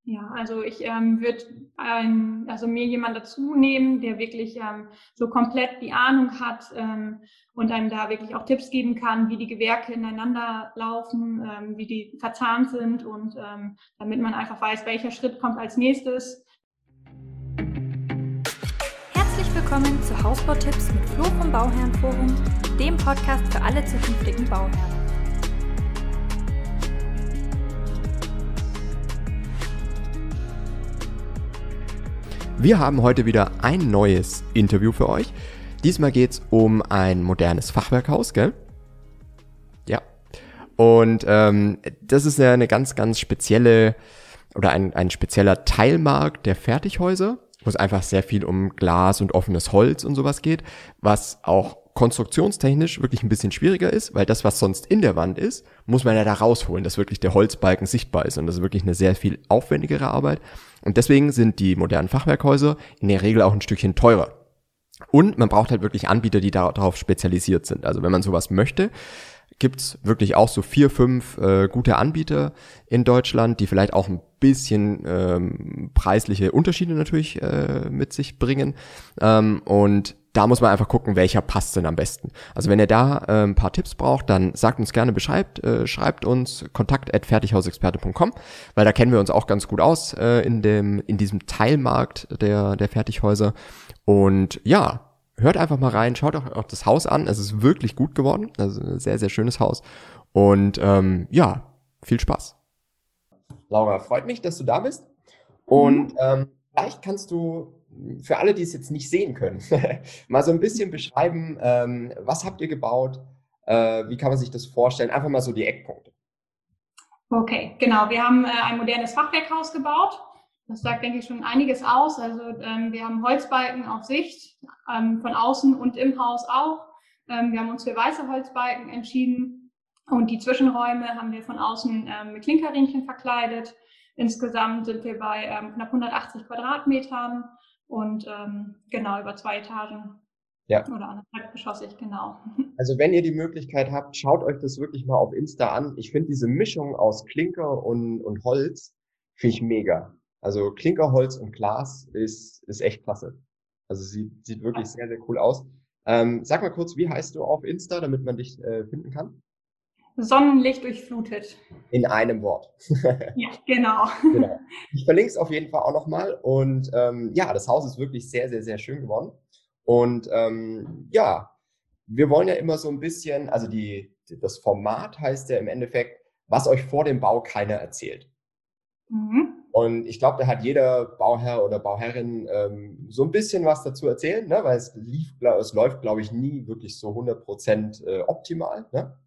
Ja, also ich würde mir jemand dazu nehmen, der wirklich so komplett die Ahnung hat und einem da wirklich auch Tipps geben kann, wie die Gewerke ineinander laufen, wie die verzahnt sind und damit man einfach weiß, welcher Schritt kommt als nächstes. Herzlich willkommen zu Hausbautipps mit Flo vom Bauherrenforum, dem Podcast für alle zukünftigen Bauherren. Wir haben heute wieder ein neues Interview für euch. Diesmal geht es um ein modernes Fachwerkhaus, gell? Ja. Und das ist ja eine ganz, ganz spezielle oder ein spezieller Teilmarkt der Fertighäuser, wo es einfach sehr viel um Glas und offenes Holz und sowas geht, was auch konstruktionstechnisch wirklich ein bisschen schwieriger ist, weil das, was sonst in der Wand ist, muss man ja da rausholen, dass wirklich der Holzbalken sichtbar ist. Und das ist wirklich eine sehr viel aufwendigere Arbeit. Und deswegen sind die modernen Fachwerkhäuser in der Regel auch ein Stückchen teurer. Und man braucht halt wirklich Anbieter, die darauf spezialisiert sind. Also wenn man sowas möchte, gibt's wirklich auch so 4, 5 gute Anbieter in Deutschland, die vielleicht auch ein bisschen preisliche Unterschiede natürlich mit sich bringen. Und da muss man einfach gucken, welcher passt denn am besten. Also wenn ihr da ein paar Tipps braucht, dann sagt uns gerne Bescheid, schreibt uns kontakt@fertighausexperte.com, weil da kennen wir uns auch ganz gut aus in diesem Teilmarkt der Fertighäuser. Und ja, hört einfach mal rein, schaut auch das Haus an. Es ist wirklich gut geworden, also ein sehr, sehr schönes Haus. Und ja, viel Spaß. Laura, freut mich, dass du da bist. Und vielleicht kannst du für alle, die es jetzt nicht sehen können, mal so ein bisschen beschreiben, was habt ihr gebaut, wie kann man sich das vorstellen, einfach mal so die Eckpunkte. Okay, genau. Wir haben ein modernes Fachwerkhaus gebaut. Das sagt, denke ich, schon einiges aus. Also wir haben Holzbalken auf Sicht, von außen und im Haus auch. Wir haben uns für weiße Holzbalken entschieden und die Zwischenräume haben wir von außen mit Klinkerriemchen verkleidet. Insgesamt sind wir bei knapp 180 Quadratmetern und genau über 2 Etagen. Ja. Oder 1,5-geschossig, genau. Also wenn ihr die Möglichkeit habt, schaut euch das wirklich mal auf Insta an. Ich finde diese Mischung aus Klinker und Holz, finde ich mega. Also Klinker, Holz und Glas ist echt klasse. Also sieht wirklich sehr, sehr cool aus. Sag mal kurz, wie heißt du auf Insta, damit man dich finden kann? Sonnenlicht durchflutet. In einem Wort. Ja, genau. Genau. Ich verlinke es auf jeden Fall auch nochmal. Und ja, das Haus ist wirklich sehr, sehr, sehr schön geworden. Und ja, wir wollen ja immer so ein bisschen, also das Format heißt ja im Endeffekt, was euch vor dem Bau keiner erzählt. Und ich glaube, da hat jeder Bauherr oder Bauherrin so ein bisschen was dazu erzählen, ne? Weil es läuft, glaube ich, nie wirklich so 100% optimal. Ne?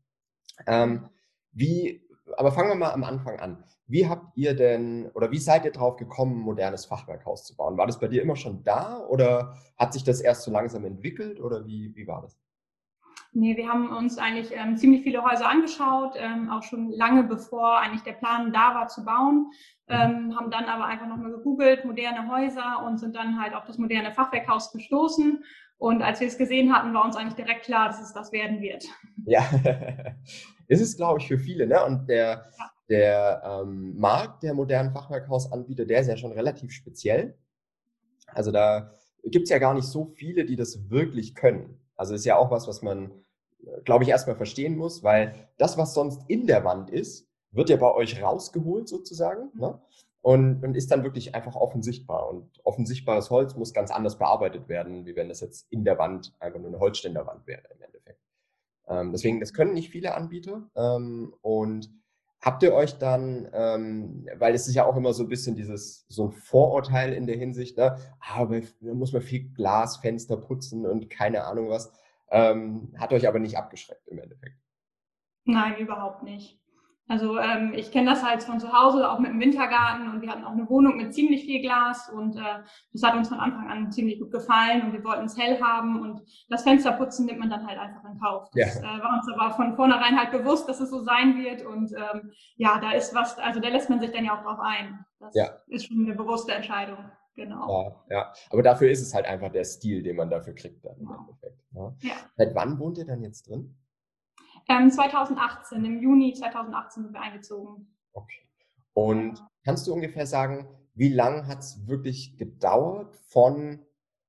Aber fangen wir mal am Anfang an. Wie habt ihr denn oder wie seid ihr drauf gekommen, ein modernes Fachwerkhaus zu bauen? War das bei dir immer schon da oder hat sich das erst so langsam entwickelt oder wie war das? Nee, wir haben uns eigentlich ziemlich viele Häuser angeschaut, auch schon lange bevor eigentlich der Plan da war zu bauen, haben dann aber einfach nochmal gegoogelt, moderne Häuser und sind dann halt auf das moderne Fachwerkhaus gestoßen. Und als wir es gesehen hatten, war uns eigentlich direkt klar, dass es das werden wird. Ja, ist es, glaube ich, für viele, ne? Und der Markt der modernen Fachwerkhausanbieter, der ist ja schon relativ speziell. Also da gibt es ja gar nicht so viele, die das wirklich können. Also ist ja auch was man, glaube ich, erstmal verstehen muss, weil das, was sonst in der Wand ist, wird ja bei euch rausgeholt sozusagen, ne? Und ist dann wirklich einfach offensichtbar. Und offensichtbares Holz muss ganz anders bearbeitet werden, wie wenn das jetzt in der Wand einfach nur eine Holzständerwand wäre im Endeffekt. Deswegen, das können nicht viele Anbieter. Und habt ihr euch dann, weil es ist ja auch immer so ein bisschen so ein Vorurteil in der Hinsicht, ne? Aber da muss man viel Glasfenster putzen und keine Ahnung was. Hat euch aber nicht abgeschreckt im Endeffekt. Nein, überhaupt nicht. Also ich kenne das halt von zu Hause, auch mit dem Wintergarten und wir hatten auch eine Wohnung mit ziemlich viel Glas und das hat uns von Anfang an ziemlich gut gefallen und wir wollten es hell haben und das Fensterputzen nimmt man dann halt einfach in Kauf. Das war uns aber von vornherein halt bewusst, dass es so sein wird und ja, da ist was, also da lässt man sich dann ja auch drauf ein. Das ist schon eine bewusste Entscheidung, genau. Ja. Aber dafür ist es halt einfach der Stil, den man dafür kriegt dann im Endeffekt. Ja. Seit wann wohnt ihr dann jetzt drin? 2018, im Juni 2018 sind wir eingezogen. Okay. Und Kannst du ungefähr sagen, wie lange hat es wirklich gedauert von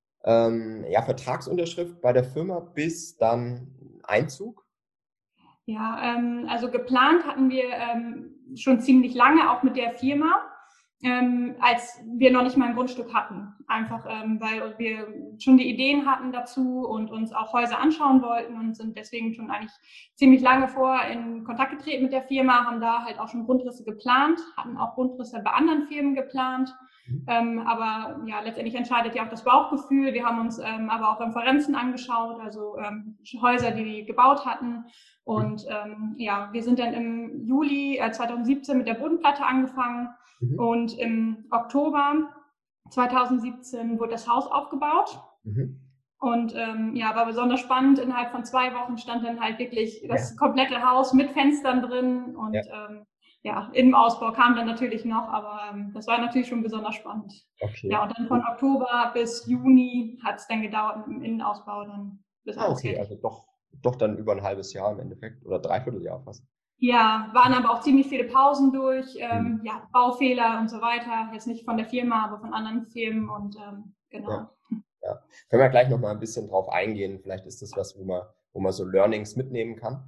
Vertragsunterschrift bei der Firma bis dann Einzug? Ja, also geplant hatten wir schon ziemlich lange, auch mit der Firma, als wir noch nicht mal ein Grundstück hatten. Einfach, weil wir schon die Ideen hatten dazu und uns auch Häuser anschauen wollten und sind deswegen schon eigentlich ziemlich lange vor in Kontakt getreten mit der Firma, haben da halt auch schon Grundrisse geplant, hatten auch Grundrisse bei anderen Firmen geplant. Aber ja, letztendlich entscheidet ja auch das Bauchgefühl. Wir haben uns aber auch Referenzen angeschaut, also Häuser, die gebaut hatten. Und ja, wir sind dann im Juli 2017 mit der Bodenplatte angefangen und im Oktober 2017 wurde das Haus aufgebaut. Und ja, war besonders spannend. Innerhalb von 2 Wochen stand dann halt wirklich das komplette Haus mit Fenstern drin und ja, Innenausbau kam dann natürlich noch, aber das war natürlich schon besonders spannend. Okay. Ja, und dann von Oktober bis Juni hat es dann gedauert mit dem Innenausbau dann bis alles fertig. Also doch dann über ein halbes Jahr im Endeffekt oder 3/4 Jahr fast. Ja, waren aber auch ziemlich viele Pausen durch, ja, Baufehler und so weiter. Jetzt nicht von der Firma, aber von anderen Firmen und genau. Ja. Können wir gleich noch mal ein bisschen drauf eingehen. Vielleicht ist das was, wo man so Learnings mitnehmen kann.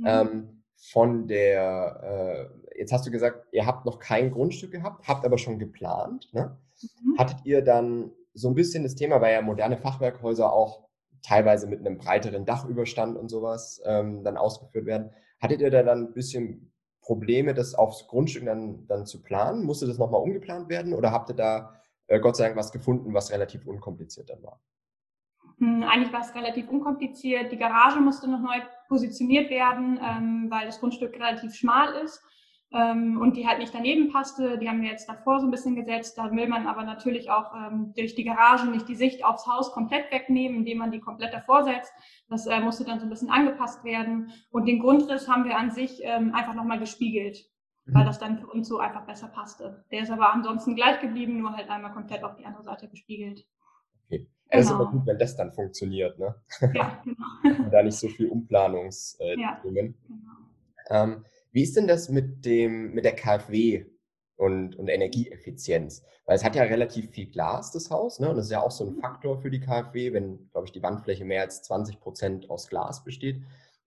Von der, jetzt hast du gesagt, ihr habt noch kein Grundstück gehabt, habt aber schon geplant. Ne? Hattet ihr dann so ein bisschen das Thema, weil ja moderne Fachwerkhäuser auch teilweise mit einem breiteren Dachüberstand und sowas dann ausgeführt werden. Hattet ihr da dann ein bisschen Probleme, das aufs Grundstück dann zu planen? Musste das nochmal umgeplant werden oder habt ihr da Gott sei Dank was gefunden, was relativ unkompliziert dann war? Eigentlich war es relativ unkompliziert. Die Garage musste noch neu positioniert werden, weil das Grundstück relativ schmal ist und die halt nicht daneben passte. Die haben wir jetzt davor so ein bisschen gesetzt. Da will man aber natürlich auch durch die Garage nicht die Sicht aufs Haus komplett wegnehmen, indem man die komplett davor setzt. Das musste dann so ein bisschen angepasst werden. Und den Grundriss haben wir an sich einfach nochmal gespiegelt, weil das dann für uns so einfach besser passte. Der ist aber ansonsten gleich geblieben, nur halt einmal komplett auf die andere Seite gespiegelt. Okay. Das ist aber gut, wenn das dann funktioniert, ne? Ja, genau. Da nicht so viel Umplanungsthemen. Ja, genau. Wie ist denn das mit der KfW und Energieeffizienz? Weil es hat ja relativ viel Glas, das Haus, ne? Und das ist ja auch so ein Faktor für die KfW, wenn, glaube ich, die Wandfläche mehr als 20% aus Glas besteht.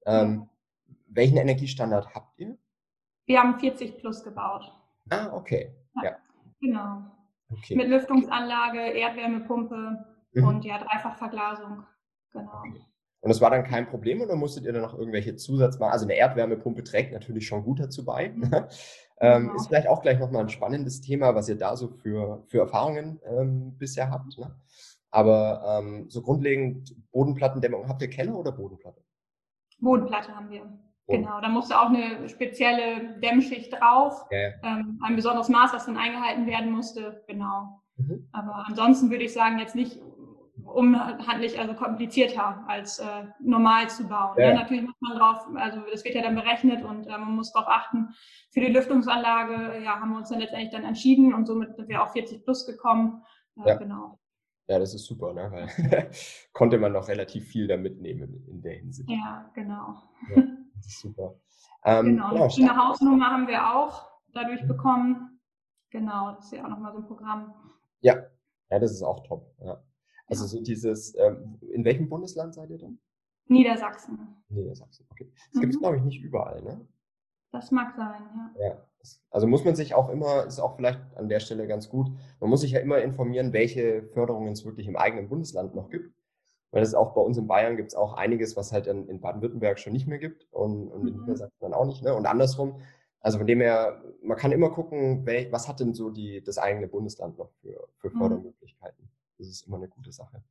Welchen Energiestandard habt ihr? Wir haben 40 plus gebaut. Ah, okay. Ja. Genau. Okay. Mit Lüftungsanlage, Erdwärmepumpe und ja, Dreifachverglasung. Genau. Okay. Und das war dann kein Problem oder musstet ihr dann noch irgendwelche Zusatzmaßnahmen? Also eine Erdwärmepumpe trägt natürlich schon gut dazu bei. Genau. Ist vielleicht auch gleich nochmal ein spannendes Thema, was ihr da so für Erfahrungen bisher habt. Ne? Aber so grundlegend Bodenplattendämmung, habt ihr Keller oder Bodenplatte? Bodenplatte haben wir. Genau, da musste auch eine spezielle Dämmschicht drauf, ein besonderes Maß, das dann eingehalten werden musste, genau. Aber ansonsten würde ich sagen, jetzt nicht unhandlich, also komplizierter als normal zu bauen. Ja, natürlich muss man drauf, also das wird ja dann berechnet und man muss darauf achten. Für die Lüftungsanlage, ja, haben wir uns dann letztendlich dann entschieden und somit sind wir auf 40 plus gekommen, genau. Ja, das ist super, ne? Weil konnte man noch relativ viel da mitnehmen in der Hinsicht. Ja, genau. Ja, das ist super. Genau, eine Hausnummer haben wir auch dadurch bekommen. Genau, das ist ja auch nochmal so ein Programm. Ja, das ist auch top. Ja. Also so dieses, in welchem Bundesland seid ihr dann? Niedersachsen. Niedersachsen, okay. Das gibt es, glaube ich, nicht überall, ne? Das mag sein, ja. Also muss man sich auch immer, ist auch vielleicht an der Stelle ganz gut, man muss sich ja immer informieren, welche Förderungen es wirklich im eigenen Bundesland noch gibt. Weil das ist auch bei uns in Bayern gibt es auch einiges, was halt in Baden-Württemberg schon nicht mehr gibt und in Niedersachsen dann auch nicht, ne? Und andersrum. Also von dem her, man kann immer gucken, was hat denn so das eigene Bundesland noch für Fördermöglichkeiten. Das ist immer eine gute Sache.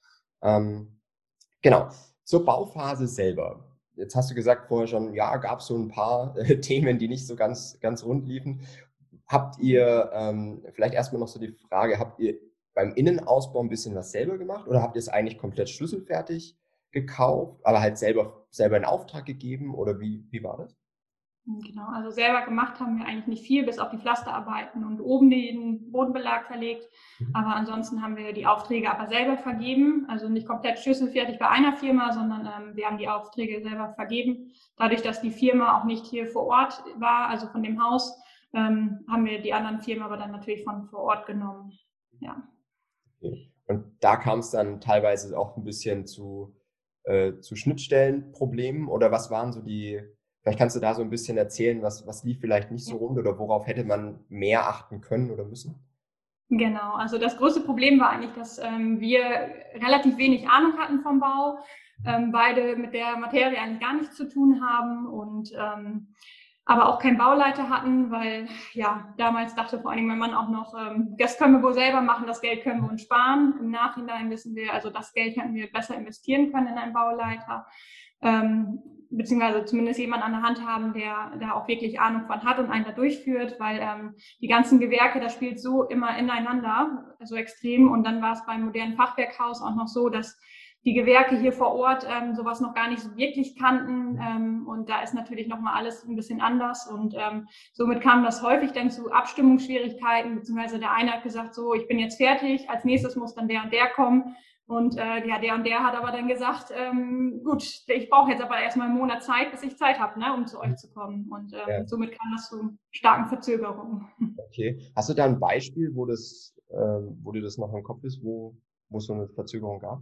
Genau, zur Bauphase selber. Jetzt hast du gesagt vorher schon, ja, gab es so ein paar Themen, die nicht so ganz rund liefen. Habt ihr, vielleicht erstmal noch so die Frage, habt ihr beim Innenausbau ein bisschen was selber gemacht oder habt ihr es eigentlich komplett schlüsselfertig gekauft, aber halt selber in Auftrag gegeben oder wie war das? Genau, also selber gemacht haben wir eigentlich nicht viel, bis auf die Pflasterarbeiten und oben den Bodenbelag verlegt. Aber ansonsten haben wir die Aufträge aber selber vergeben, also nicht komplett schlüsselfertig bei einer Firma, sondern wir haben die Aufträge selber vergeben. Dadurch, dass die Firma auch nicht hier vor Ort war, also von dem Haus, haben wir die anderen Firmen aber dann natürlich von vor Ort genommen. Ja. Okay. Und da kam es dann teilweise auch ein bisschen zu Schnittstellenproblemen oder was waren so vielleicht kannst du da so ein bisschen erzählen, was lief vielleicht nicht so rund oder worauf hätte man mehr achten können oder müssen? Genau, also das größte Problem war eigentlich, dass wir relativ wenig Ahnung hatten vom Bau, beide mit der Materie eigentlich gar nichts zu tun haben und aber auch keinen Bauleiter hatten, weil ja damals dachte vor allen Dingen mein Mann auch noch, das können wir wohl selber machen, das Geld können wir uns sparen. Im Nachhinein wissen wir, also das Geld hätten wir besser investieren können in einen Bauleiter, beziehungsweise zumindest jemand an der Hand haben, der da auch wirklich Ahnung von hat und einen da durchführt, weil die ganzen Gewerke, das spielt so immer ineinander, so extrem. Und dann war es beim modernen Fachwerkhaus auch noch so, dass die Gewerke hier vor Ort sowas noch gar nicht so wirklich kannten. Und da ist natürlich nochmal alles ein bisschen anders. Und somit kam das häufig dann zu Abstimmungsschwierigkeiten, beziehungsweise der eine hat gesagt, so, ich bin jetzt fertig, als nächstes muss dann der und der kommen. Und ja, der und der hat aber dann gesagt, gut, ich brauche jetzt aber erstmal einen Monat Zeit, bis ich Zeit habe, ne, um zu euch zu kommen. Und somit kam das zu starken Verzögerungen. Okay. Hast du da ein Beispiel, wo dir das noch im Kopf ist, wo es so eine Verzögerung gab?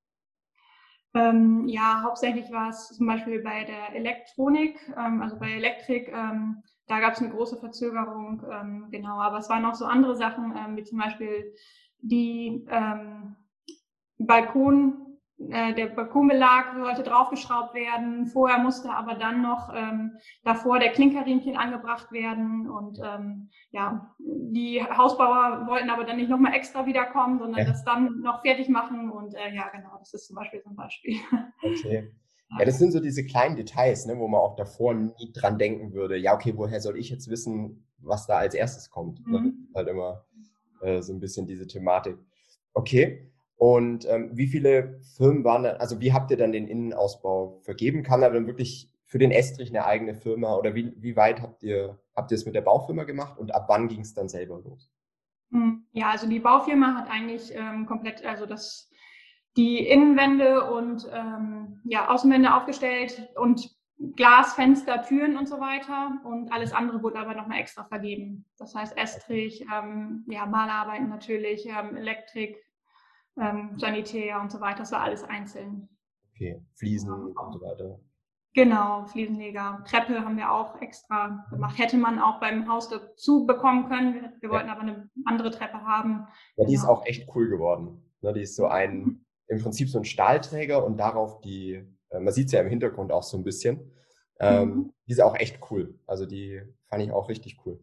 Ja, hauptsächlich war es zum Beispiel bei der Elektronik, also bei Elektrik, da gab es eine große Verzögerung, genau, aber es waren auch so andere Sachen, wie zum Beispiel die der Balkonbelag sollte draufgeschraubt werden, vorher musste aber dann noch davor der Klinkerriemchen angebracht werden und ja, die Hausbauer wollten aber dann nicht nochmal extra wiederkommen, sondern das dann noch fertig machen und ja, genau, das ist zum Beispiel so ein Beispiel. Okay. Ja, das sind so diese kleinen Details, ne, wo man auch davor nie dran denken würde. Ja, okay, woher soll ich jetzt wissen, was da als erstes kommt? Ne? Das ist halt immer so ein bisschen diese Thematik. Okay. Und wie viele Firmen waren dann, also wie habt ihr dann den Innenausbau vergeben? Kam da dann wirklich für den Estrich eine eigene Firma oder wie weit habt ihr es mit der Baufirma gemacht und ab wann ging es dann selber los? Ja, also die Baufirma hat eigentlich komplett, also die Innenwände und ja, Außenwände aufgestellt und Glas, Fenster, Türen und so weiter. Und alles andere wurde aber nochmal extra vergeben. Das heißt Estrich, ja, Malarbeiten natürlich, Elektrik, Sanitär und so weiter. Das war alles einzeln. Okay, Fliesen und so weiter. Genau, Fliesenleger. Treppe haben wir auch extra gemacht. Hätte man auch beim Haus dazu bekommen können. Wir wollten aber eine andere Treppe haben. Ja, die ist auch echt cool geworden. Ne, die ist so im Prinzip so ein Stahlträger und darauf man sieht es ja im Hintergrund auch so ein bisschen. Die ist auch echt cool. Also die fand ich auch richtig cool.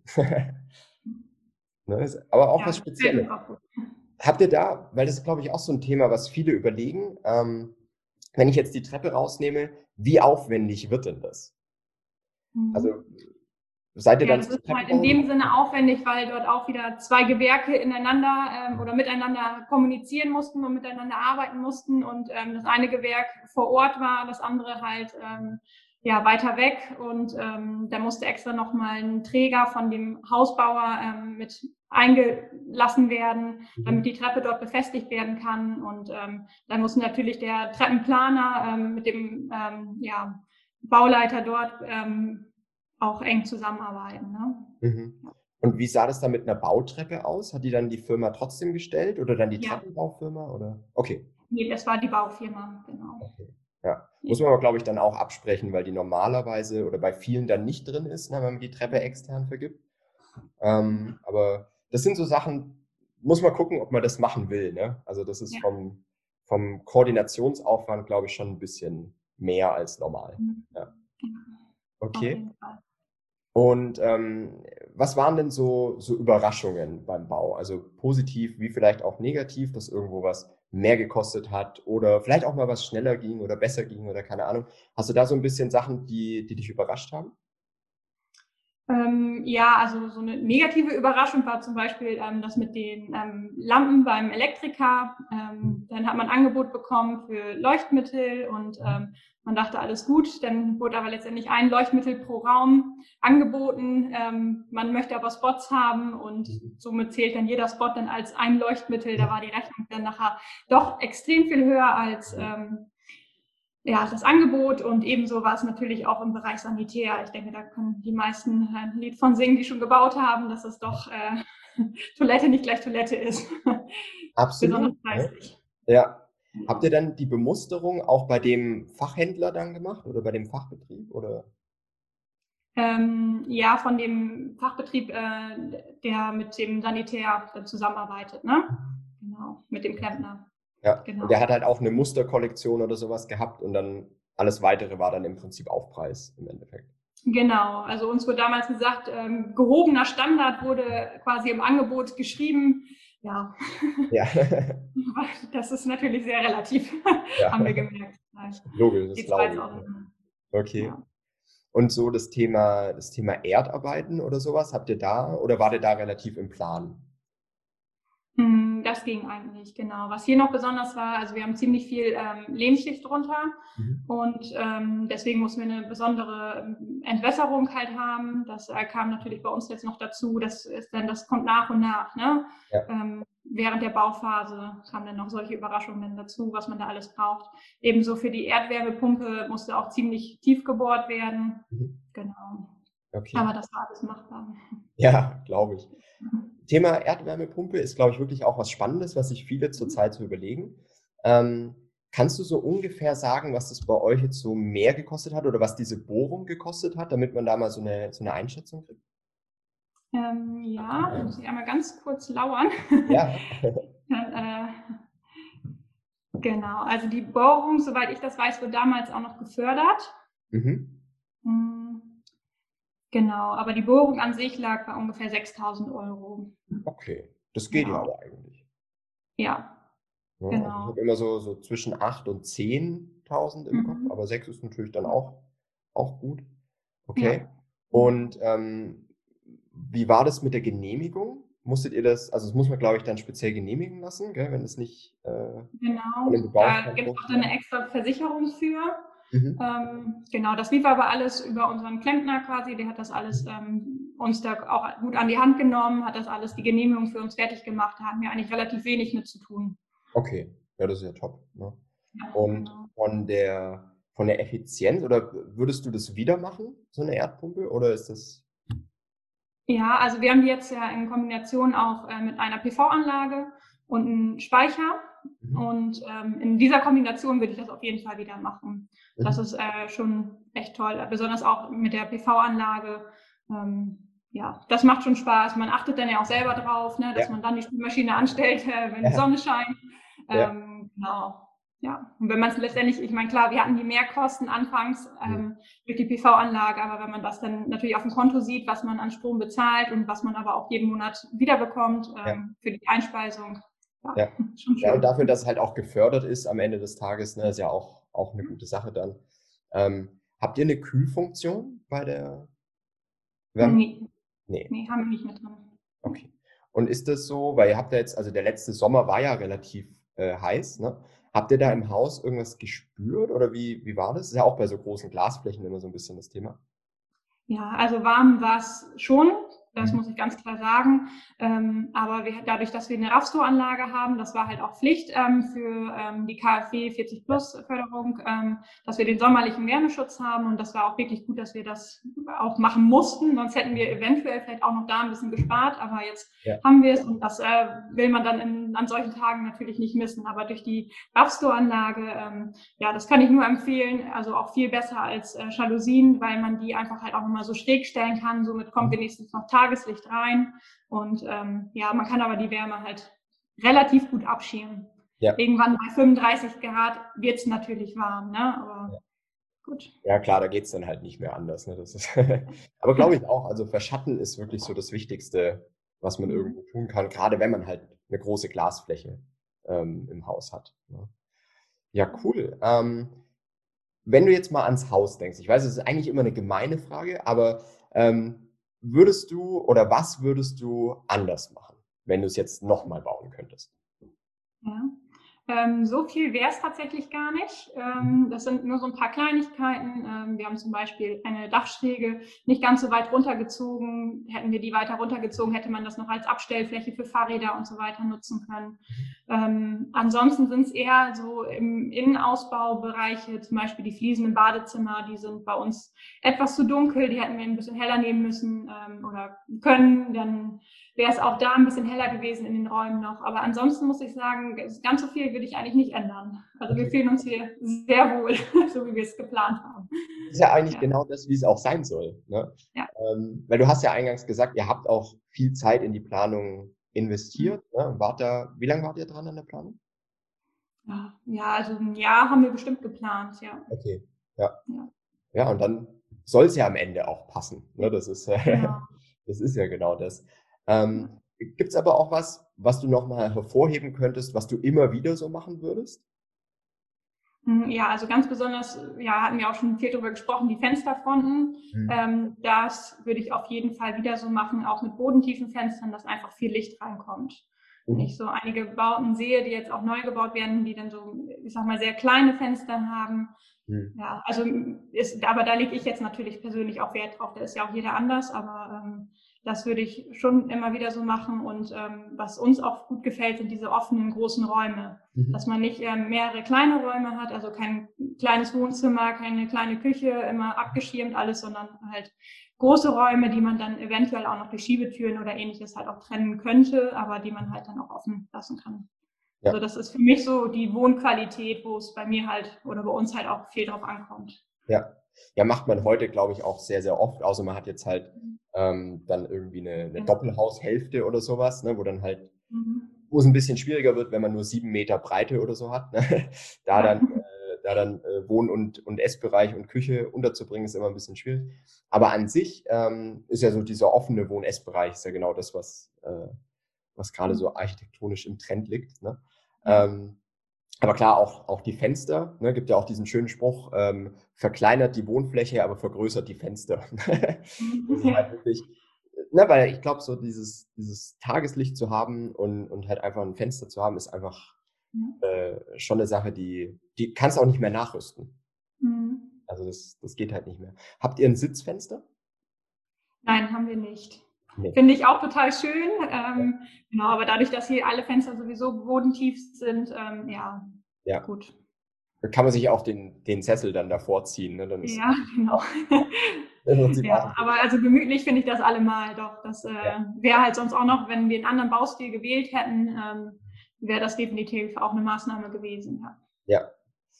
Ne, ist aber auch was Spezielles. Habt ihr da, weil das ist, glaube ich, auch so ein Thema, was viele überlegen, wenn ich jetzt die Treppe rausnehme, wie aufwendig wird denn das? Also seid ihr dann... Das ist halt in dem Sinne aufwendig, weil dort auch wieder zwei Gewerke ineinander oder miteinander kommunizieren mussten und miteinander arbeiten mussten und das eine Gewerk vor Ort war, das andere halt ja, weiter weg und da musste extra nochmal ein Träger von dem Hausbauer mit eingelassen werden, damit die Treppe dort befestigt werden kann und dann muss natürlich der Treppenplaner mit dem ja, Bauleiter dort auch eng zusammenarbeiten. Ne? Und wie sah das dann mit einer Bautreppe aus? Hat die dann die Firma trotzdem gestellt oder dann die Treppenbaufirma? Oder? Okay. Nee, das war die Baufirma, genau. Okay. Ja, muss man aber, glaube ich, dann auch absprechen, weil die normalerweise oder bei vielen dann nicht drin ist, ne, wenn man die Treppe extern vergibt. Aber das sind so Sachen, muss man gucken, ob man das machen will. Ne? Also das ist vom Koordinationsaufwand, glaube ich, schon ein bisschen mehr als normal. Ja. Okay. Und was waren denn so Überraschungen beim Bau? Also positiv wie vielleicht auch negativ, dass irgendwo was mehr gekostet hat oder vielleicht auch mal was schneller ging oder besser ging oder keine Ahnung. Hast du da so ein bisschen Sachen, die dich überrascht haben? Ja, also so eine negative Überraschung war zum Beispiel das mit den Lampen beim Elektriker. Dann hat man ein Angebot bekommen für Leuchtmittel und man dachte, alles gut. Dann wurde aber letztendlich ein Leuchtmittel pro Raum angeboten. Man möchte aber Spots haben und somit zählt dann jeder Spot dann als ein Leuchtmittel. Da war die Rechnung dann nachher doch extrem viel höher als ja, das Angebot und ebenso war es natürlich auch im Bereich Sanitär. Ich denke, da können die meisten ein Lied von singen, die schon gebaut haben, dass es doch Toilette nicht gleich Toilette ist. Absolut. Besonders preislich. Ja. Habt ihr dann die Bemusterung auch bei dem Fachhändler dann gemacht oder bei dem Fachbetrieb? Oder? Ja, von dem Fachbetrieb, der mit dem Sanitär zusammenarbeitet, ne? Genau, mit dem Klempner. Ja, Genau. und der hat halt auch eine Musterkollektion oder sowas gehabt und dann alles Weitere war dann im Prinzip Aufpreis im Endeffekt. Genau, also uns wurde damals gesagt, gehobener Standard wurde quasi im Angebot geschrieben. Ja, Ja, das ist natürlich sehr relativ, ja. haben wir gemerkt. Logisch, das Die glaube Preise ich. auch. Okay. Ja. Und so das Thema Erdarbeiten oder sowas, habt ihr da oder wart ihr da relativ im Plan? Das ging eigentlich, genau. Was hier noch besonders war, also wir haben ziemlich viel Lehmschicht drunter und deswegen mussten wir eine besondere Entwässerung halt haben. Das kam natürlich bei uns jetzt noch dazu. Das kommt nach und nach, ne? Ja. Während der Bauphase kamen dann noch solche Überraschungen dazu, was man da alles braucht. Ebenso für die Erdwärmepumpe musste auch ziemlich tief gebohrt werden. Genau. Okay. Aber das war alles machbar. Ja, glaube ich. Thema Erdwärmepumpe ist, glaube ich, wirklich auch was Spannendes, was sich viele zurzeit so überlegen. Kannst du so ungefähr sagen, was das bei euch jetzt so mehr gekostet hat oder was diese Bohrung gekostet hat, damit man da mal so eine Einschätzung kriegt? Ja, muss ich einmal ganz kurz lauern. Ja. Genau, also die Bohrung, soweit ich das weiß, wurde damals auch noch gefördert. Genau, aber die Bohrung an sich lag bei ungefähr 6.000 Euro. Okay, das geht ja aber eigentlich. Ja, ja, genau. Also ich habe immer so zwischen 8.000 und 10.000 im Kopf, aber 6 ist natürlich dann auch gut. Okay. Ja. Und wie war das mit der Genehmigung? Musstet ihr das, also das muss man, glaube ich, dann speziell genehmigen lassen, gell, wenn es nicht genau, da gibt es auch eine extra Versicherung für. Genau, das lief aber alles über unseren Klempner quasi, der hat das alles uns da auch gut an die Hand genommen, hat das alles, die Genehmigung für uns fertig gemacht, da hatten wir eigentlich relativ wenig mit zu tun. Okay, ja, das ist ja top. Ne? Ja, und genau. von der Effizienz, oder würdest du das wieder machen, so eine Erdpumpe, oder ist das? Ja, also wir haben die jetzt ja in Kombination auch mit einer PV-Anlage und einem Speicher. Und in dieser Kombination würde ich das auf jeden Fall wieder machen. Das ist schon echt toll, besonders auch mit der PV-Anlage. Ja, das macht schon Spaß. Man achtet dann ja auch selber drauf, ne, dass man dann die Spülmaschine anstellt, wenn die Sonne scheint. Genau. Ja, und wenn man es letztendlich, ich meine, klar, wir hatten die Mehrkosten anfangs durch die PV-Anlage, aber wenn man das dann natürlich auf dem Konto sieht, was man an Strom bezahlt und was man aber auch jeden Monat wiederbekommt für die Einspeisung, schon schön. Ja, und dafür, dass es halt auch gefördert ist am Ende des Tages, ne, ist ja auch eine gute Sache dann. Habt ihr eine Kühlfunktion bei der Wärme? Nee, haben wir nicht mit drin. Okay. Und ist das so, weil ihr habt ja jetzt, also der letzte Sommer war ja relativ heiß, ne? Habt ihr da im Haus irgendwas gespürt oder wie war das? Ist ja auch bei so großen Glasflächen immer so ein bisschen das Thema. Ja, also warm war es schon, das muss ich ganz klar sagen. Aber dadurch, dass wir eine RAV-Store-Anlage haben, das war halt auch Pflicht für die KfW 40 Plus Förderung, dass wir den sommerlichen Wärmeschutz haben. Und das war auch wirklich gut, dass wir das auch machen mussten. Sonst hätten wir eventuell vielleicht auch noch da ein bisschen gespart. Aber jetzt haben wir es und das will man dann an solchen Tagen natürlich nicht missen. Aber durch die RAV-Store-Anlage, ja, das kann ich nur empfehlen. Also auch viel besser als Jalousien, weil man die einfach halt auch nochmal so schräg stellen kann. Somit kommt wenigstens noch Tageslicht rein und ja, man kann aber die Wärme halt relativ gut abschirmen. Ja. Irgendwann bei 35 Grad wird es natürlich warm, ne? Aber gut. Ja klar, da geht es dann halt nicht mehr anders. Ne? Das ist aber glaube ich auch, also Verschatten ist wirklich so das Wichtigste, was man irgendwo tun kann, gerade wenn man halt eine große Glasfläche im Haus hat. Ne? Ja, cool. Wenn du jetzt mal ans Haus denkst, ich weiß, es ist eigentlich immer eine gemeine Frage, aber würdest du oder was würdest du anders machen, wenn du es jetzt nochmal bauen könntest? Ja, So viel wäre es tatsächlich gar nicht. Das sind nur so ein paar Kleinigkeiten. Wir haben zum Beispiel eine Dachschräge nicht ganz so weit runtergezogen. Hätten wir die weiter runtergezogen, hätte man das noch als Abstellfläche für Fahrräder und so weiter nutzen können. Ansonsten sind es eher so im Innenausbaubereiche, zum Beispiel die Fliesen im Badezimmer, die sind bei uns etwas zu dunkel, die hätten wir ein bisschen heller nehmen müssen oder können. Dann wäre es auch da ein bisschen heller gewesen in den Räumen noch. Aber ansonsten muss ich sagen, ganz so viel würde ich eigentlich nicht ändern. Also wir fühlen uns hier sehr wohl, so wie wir es geplant haben. Das ist ja eigentlich genau das, wie es auch sein soll. Ne? Ja. Weil du hast ja eingangs gesagt, ihr habt auch viel Zeit in die Planung investiert. Ne? Wie lange wart ihr dran an der Planung? Ja, also ein Jahr haben wir bestimmt geplant, ja. Okay, ja, und dann soll es ja am Ende auch passen. Ne? Das ist ja genau das. Gibt es aber auch was du nochmal hervorheben könntest, was du immer wieder so machen würdest? Ja, also ganz besonders, hatten wir auch schon viel darüber gesprochen, die Fensterfronten. Das würde ich auf jeden Fall wieder so machen, auch mit bodentiefen Fenstern, dass einfach viel Licht reinkommt. Wenn ich so einige Bauten sehe, die jetzt auch neu gebaut werden, die dann so, ich sag mal, sehr kleine Fenster haben. Ja, also aber da lege ich jetzt natürlich persönlich auch Wert drauf. Da ist ja auch jeder anders, aber das würde ich schon immer wieder so machen. Und was uns auch gut gefällt, sind diese offenen, großen Räume. Dass man nicht mehrere kleine Räume hat, also kein kleines Wohnzimmer, keine kleine Küche, immer abgeschirmt alles, sondern halt große Räume, die man dann eventuell auch noch durch Schiebetüren oder ähnliches halt auch trennen könnte, aber die man halt dann auch offen lassen kann. Ja. Also das ist für mich so die Wohnqualität, wo es bei mir halt oder bei uns halt auch viel drauf ankommt. Ja, macht man heute, glaube ich, auch sehr, sehr oft, außer man hat jetzt halt dann irgendwie eine Doppelhaushälfte oder sowas, ne, wo dann halt, wo es ein bisschen schwieriger wird, wenn man nur 7 Meter Breite oder so hat, ne? Da dann Wohn- und Essbereich und Küche unterzubringen, ist immer ein bisschen schwierig. Aber an sich ist ja so dieser offene Wohn-Essbereich ist ja genau das, was gerade so architektonisch im Trend liegt. Ne? Aber klar, auch die Fenster, ne, gibt ja auch diesen schönen Spruch, verkleinert die Wohnfläche, aber vergrößert die Fenster. Das ist halt wirklich, ne, weil ich glaube, so dieses Tageslicht zu haben und halt einfach ein Fenster zu haben, ist einfach schon eine Sache, die kannst du auch nicht mehr nachrüsten. Also das geht halt nicht mehr. Habt ihr ein Sitzfenster? Nein, haben wir nicht. Nee. Finde ich auch total schön. Genau, aber dadurch, dass hier alle Fenster sowieso bodentief sind, gut. Da kann man sich auch den Sessel dann davor ziehen. Ne? Dann ja, genau. Ja, aber also gemütlich finde ich das allemal doch. Das wäre halt sonst auch noch, wenn wir einen anderen Baustil gewählt hätten, wäre das definitiv auch eine Maßnahme gewesen. Ja,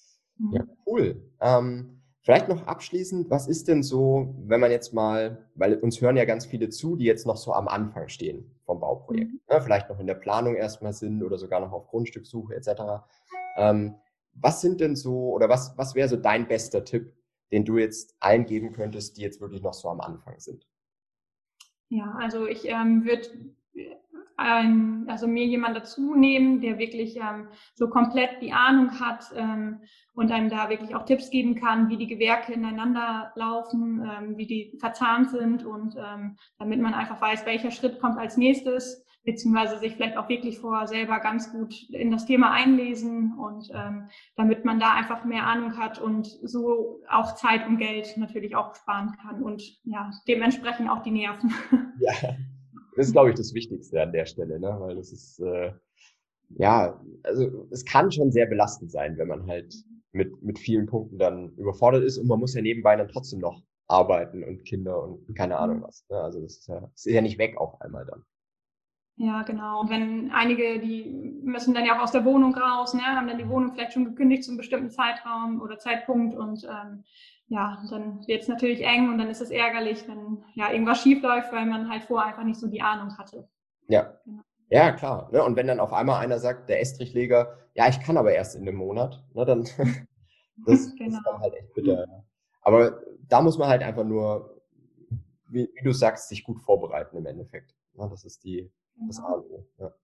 cool. Vielleicht noch abschließend, was ist denn so, wenn man jetzt mal, weil uns hören ja ganz viele zu, die jetzt noch so am Anfang stehen vom Bauprojekt, ne? Vielleicht noch in der Planung erstmal sind oder sogar noch auf Grundstückssuche etc. Was sind denn so, oder was wäre so dein bester Tipp, den du jetzt allen geben könntest, die jetzt wirklich noch so am Anfang sind? Ja, also ich würde mir jemand dazu nehmen, der wirklich so komplett die Ahnung hat und einem da wirklich auch Tipps geben kann, wie die Gewerke ineinander laufen, wie die verzahnt sind und damit man einfach weiß, welcher Schritt kommt als nächstes, beziehungsweise sich vielleicht auch wirklich vorher selber ganz gut in das Thema einlesen und damit man da einfach mehr Ahnung hat und so auch Zeit und Geld natürlich auch sparen kann und ja, dementsprechend auch die Nerven. Ja. Das ist, glaube ich, das Wichtigste an der Stelle, ne? Weil das ist, also es kann schon sehr belastend sein, wenn man halt mit vielen Punkten dann überfordert ist und man muss ja nebenbei dann trotzdem noch arbeiten und Kinder und keine Ahnung was. Ne? Also das ist ja nicht weg auf einmal dann. Ja, genau. Und wenn einige, die müssen dann ja auch aus der Wohnung raus, ne, haben dann die Wohnung vielleicht schon gekündigt zu einem bestimmten Zeitraum oder Zeitpunkt und dann wird es natürlich eng und dann ist es ärgerlich, wenn irgendwas schief läuft, weil man halt vorher einfach nicht so die Ahnung hatte. Ja, genau. Ja, klar. Ne? Und wenn dann auf einmal einer sagt, der Estrichleger, ja, ich kann aber erst in einem Monat, ne, dann das ist dann halt echt bitter. Ja. Aber da muss man halt einfach nur, wie du sagst, sich gut vorbereiten im Endeffekt. Ja, das ist das A und O.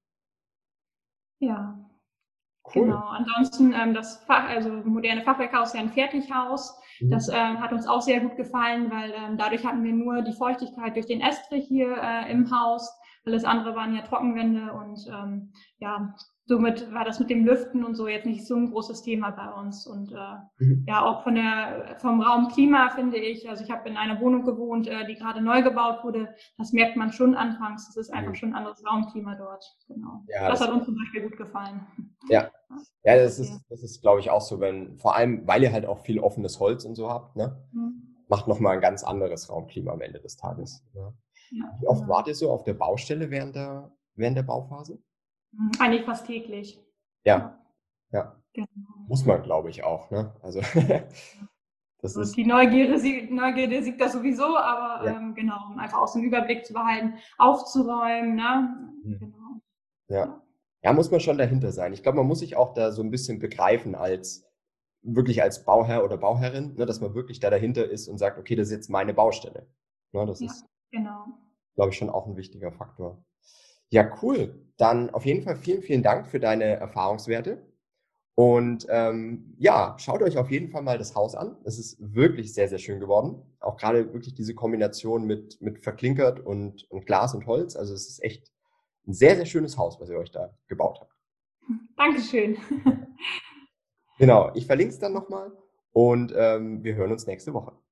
Ja. Cool. Genau. Ansonsten das moderne Fachwerkhaus ist ja ein Fertighaus. Das hat uns auch sehr gut gefallen, weil dadurch hatten wir nur die Feuchtigkeit durch den Estrich hier im Haus Alles andere waren ja Trockenwände und ja, somit war das mit dem Lüften und so jetzt nicht so ein großes Thema bei uns. Und ja, auch vom Raumklima finde ich, also ich habe in einer Wohnung gewohnt, die gerade neu gebaut wurde. Das merkt man schon anfangs. Es ist einfach schon ein anderes Raumklima dort. Genau. Ja, Das hat uns zum Beispiel gut gefallen. ja. Ja, das ist, glaube ich, auch so, vor allem, weil ihr halt auch viel offenes Holz und so habt, ne? Macht nochmal ein ganz anderes Raumklima am Ende des Tages. Ne? Ja, Wie oft wart ihr so auf der Baustelle während der Bauphase? eigentlich fast täglich. Ja, ja. Genau. Muss man, glaube ich, auch, ne? Also, das ist. Die Neugierde siegt das sowieso, aber Ja. genau, um einfach auch so einen Überblick zu behalten, aufzuräumen, ne? Genau. Ja. Ja, muss man schon dahinter sein. Ich glaube, man muss sich auch da so ein bisschen begreifen wirklich als Bauherr oder Bauherrin, ne, dass man wirklich da dahinter ist und sagt, okay, das ist jetzt meine Baustelle. Ne, das ist, genau. glaube ich, schon auch ein wichtiger Faktor. Ja, cool. Dann auf jeden Fall vielen, vielen Dank für deine Erfahrungswerte. Und ja, schaut euch auf jeden Fall mal das Haus an. Es ist wirklich sehr, sehr schön geworden. Auch gerade wirklich diese Kombination mit verklinkert und Glas und Holz. Also es ist echt ein sehr, sehr schönes Haus, was ihr euch da gebaut habt. Dankeschön. Genau, ich verlinke es dann nochmal und wir hören uns nächste Woche.